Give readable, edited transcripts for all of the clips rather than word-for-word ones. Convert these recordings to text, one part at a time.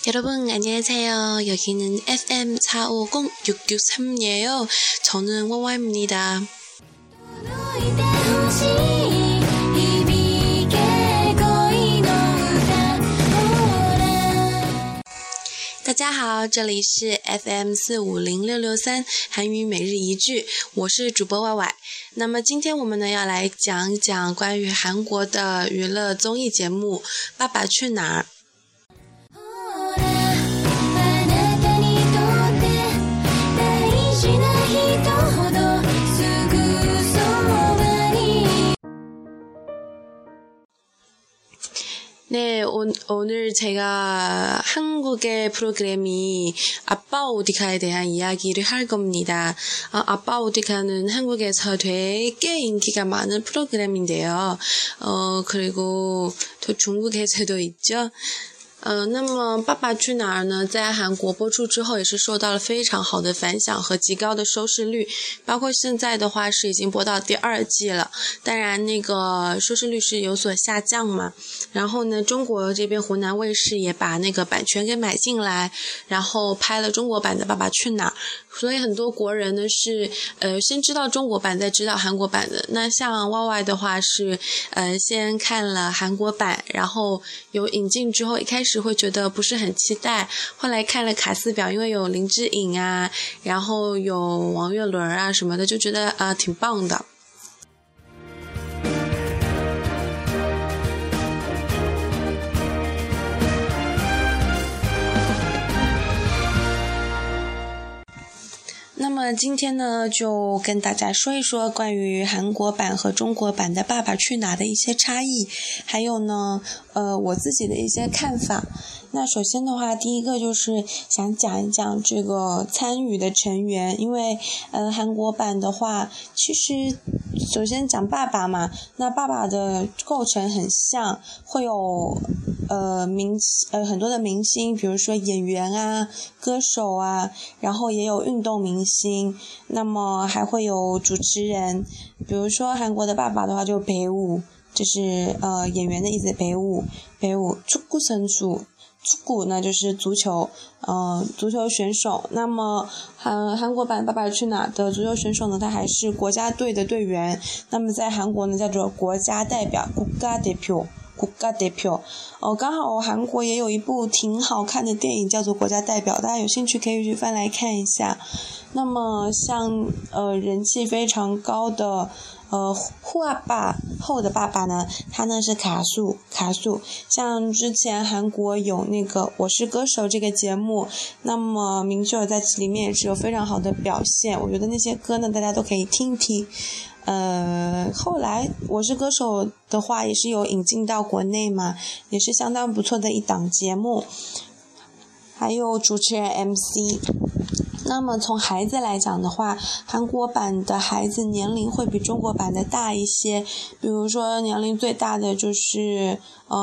여러분 안녕하세요. 여기는 FM 450663이에요. 저는 와와입니다. 大家好，这里是 FM 450663韩语每日一句，我是主播 YY。那么今天我们呢要来讲一讲关于韩国的娱乐综艺节目《爸爸去哪儿》。네, 오늘 제가 한국의 프로그램이 아빠 오디카에 대한 이야기를 할 겁니다. 아빠 오디카는 한국에서 되게 인기가 많은 프로그램인데요. 그리고 또 중국에서도 있죠. 那么爸爸去哪儿呢，在韩国播出之后也是受到了非常好的反响和极高的收视率，包括现在的话是已经播到第2季了，当然那个收视率是有所下降嘛。然后呢，中国这边湖南卫视也把那个版权给买进来，然后拍了中国版的爸爸去哪儿，所以很多国人呢是先知道中国版再知道韩国版的。那像 YY 的话是先看了韩国版，然后有引进之后一开始会觉得不是很期待，后来看了卡司表，因为有林志颖啊，然后有王岳伦啊什么的，就觉得挺棒的。那么今天呢，就跟大家说一说关于韩国版和中国版的《爸爸去哪儿》的一些差异，还有呢，我自己的一些看法。那首先的话，第一个就是想讲一讲这个参与的成员，因为韩国版的话，其实首先讲爸爸嘛，那爸爸的构成很像，会有很多的明星，比如说演员啊、歌手啊，然后也有运动明星，那么还会有主持人，比如说韩国的爸爸的话就배우，就是演员的意思，배우 축구 선수。축구呢就是足球选手。那么韩国版爸爸去哪儿的足球选手呢，他还是国家队的队员，那么在韩国呢叫做国家代表국가대표。刚好韩国也有一部挺好看的电影叫做《国家代表》，大家有兴趣可以去翻来看一下。那么像人气非常高的后的爸爸呢，他呢是卡素。像之前韩国有那个《我是歌手》这个节目，那么明秀在里面也是有非常好的表现，我觉得那些歌呢大家都可以听听。后来《我是歌手》的话也是有引进到国内嘛，也是相当不错的一档节目，还有主持人 MC。那么从孩子来讲的话，韩国版的孩子年龄会比中国版的大一些，比如说年龄最大的就是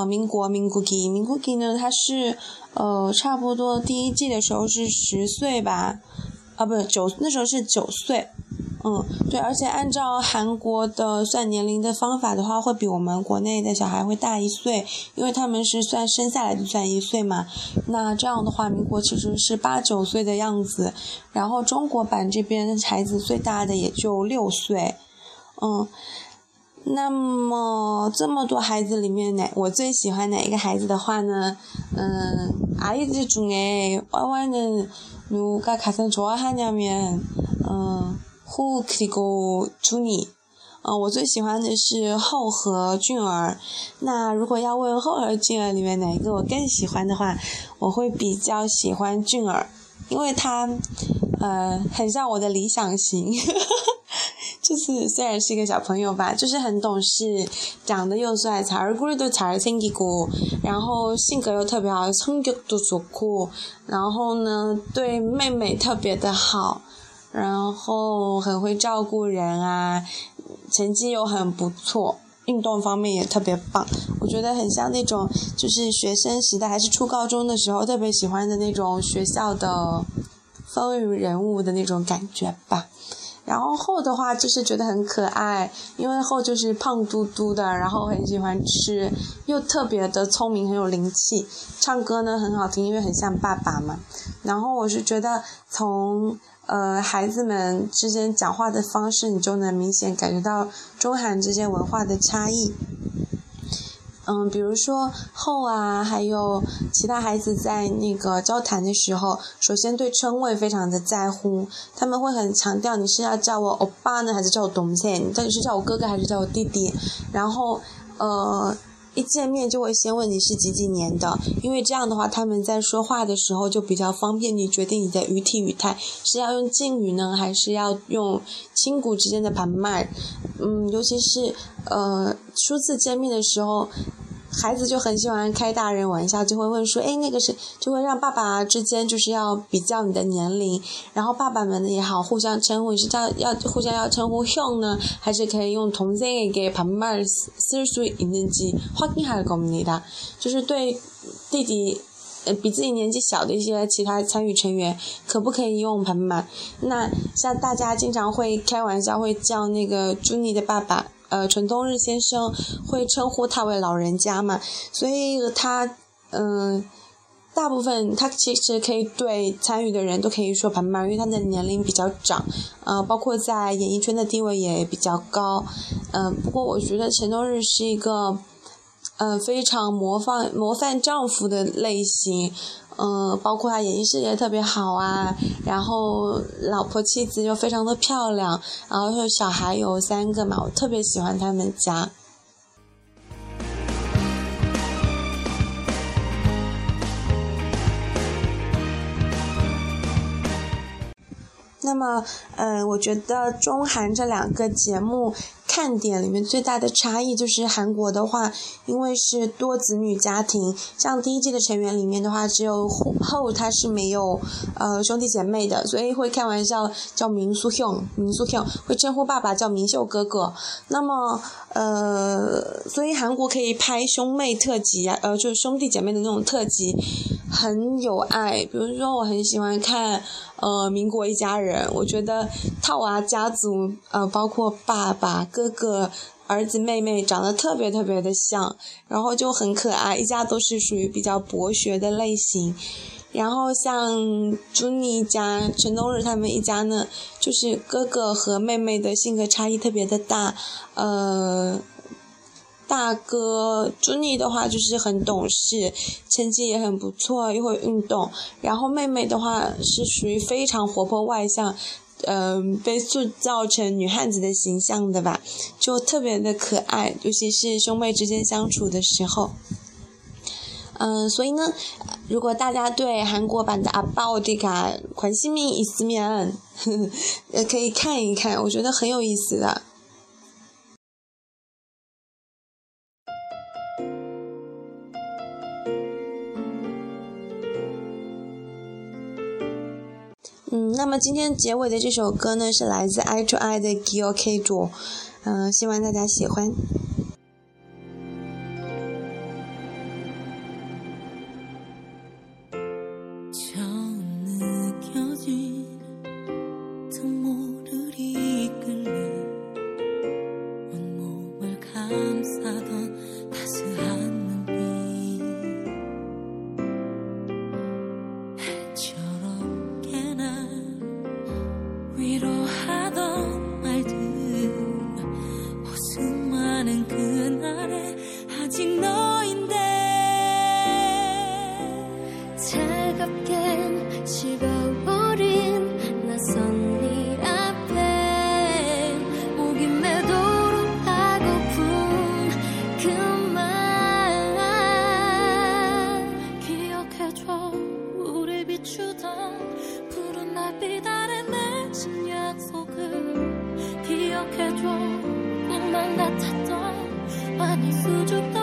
민국이呢，他是差不多第1季的时候是10岁吧，不是9，那时候是9岁。对，而且按照韩国的算年龄的方法的话，会比我们国内的小孩会大1岁，因为他们是算生下来就算1岁嘛。那这样的话，民国其实是8、9岁的样子，然后中国版这边孩子最大的也就6岁。那么这么多孩子里面呢，我最喜欢哪一个孩子的话呢？아이들 중에 YY는 누가 가장 좋아하냐면 호 그리고 준이。我最喜欢的是后和俊儿。那如果要问后和俊儿里面哪一个我更喜欢的话，我会比较喜欢俊儿，因为他很像我的理想型。就是虽然是一个小朋友吧，就是很懂事，长得又帅，얼굴도 잘생기고，然后性格又特别好，성격도 좋고，然后呢对妹妹特别的好，然后很会照顾人啊，成绩又很不错，运动方面也特别棒，我觉得很像那种就是学生时代还是初高中的时候特别喜欢的那种学校的风云人物的那种感觉吧。 然后后的话就是觉得很可爱，因为后就是胖嘟嘟的，然后很喜欢吃，又特别的聪明，很有灵气，唱歌呢很好听，因为很像爸爸嘛。然后我是觉得从孩子们之间讲话的方式，你就能明显感觉到中韩之间文化的差异。比如说后啊，还有其他孩子在那个交谈的时候，首先对称谓非常的在乎，他们会很强调你是要叫我欧巴呢，还是叫我동생，你到底是叫我哥哥还是叫我弟弟，然后一见面就会先问你是几年的，因为这样的话他们在说话的时候就比较方便你决定你的语体语态是要用敬语呢，还是要用亲骨之间的반말。尤其是初次见面的时候，孩子就很喜欢开大人玩笑，就会问说那个是，就会让爸爸之间就是要比较你的年龄，然后爸爸们也好互相称呼，你是要互相要称呼형呢，还是可以用동생에게 반말 쓸 수 있는지 확인할 겁니다。就是对弟弟比自己年纪小的一些其他参与成员可不可以用반말。那像大家经常会开玩笑会叫那个Junnie的爸爸陈东日先生，会称呼他为老人家嘛，所以他大部分他其实可以对参与的人都可以说반말，因为他的年龄比较长，包括在演艺圈的地位也比较高。不过我觉得陈东日是一个非常模范丈夫的类型，包括他演艺事业特别好啊，然后老婆妻子又非常的漂亮，然后小孩有3个嘛，我特别喜欢他们家。那么我觉得中韩这2个节目看点里面最大的差异就是韩国的话，因为是多子女家庭，像第1季的成员里面的话，只有后他是没有兄弟姐妹的，所以会开玩笑叫민수 형，会称呼爸爸叫明秀哥哥。那么所以韩国可以拍兄妹特辑啊，就是兄弟姐妹的那种特辑，很有爱。比如说我很喜欢看民国一家人，我觉得套娃家族包括爸爸哥哥儿子妹妹长得特别特别的像，然后就很可爱，一家都是属于比较博学的类型。然后像Junnie家陈东日他们一家呢，就是哥哥和妹妹的性格差异特别的大。大哥Junnie的话就是很懂事，成绩也很不错，又会运动，然后妹妹的话是属于非常活泼外向，被塑造成女汉子的形象的吧，就特别的可爱，尤其是兄妹之间相处的时候。所以呢，如果大家对韩国版的아빠어디가 관심이 있으면可以看一看，我觉得很有意思的。那么今天结尾的这首歌呢，是来自 I to I 的 기억해줘，希望大家喜欢。 기억해줘 꿈만 같았던 많이 수줍던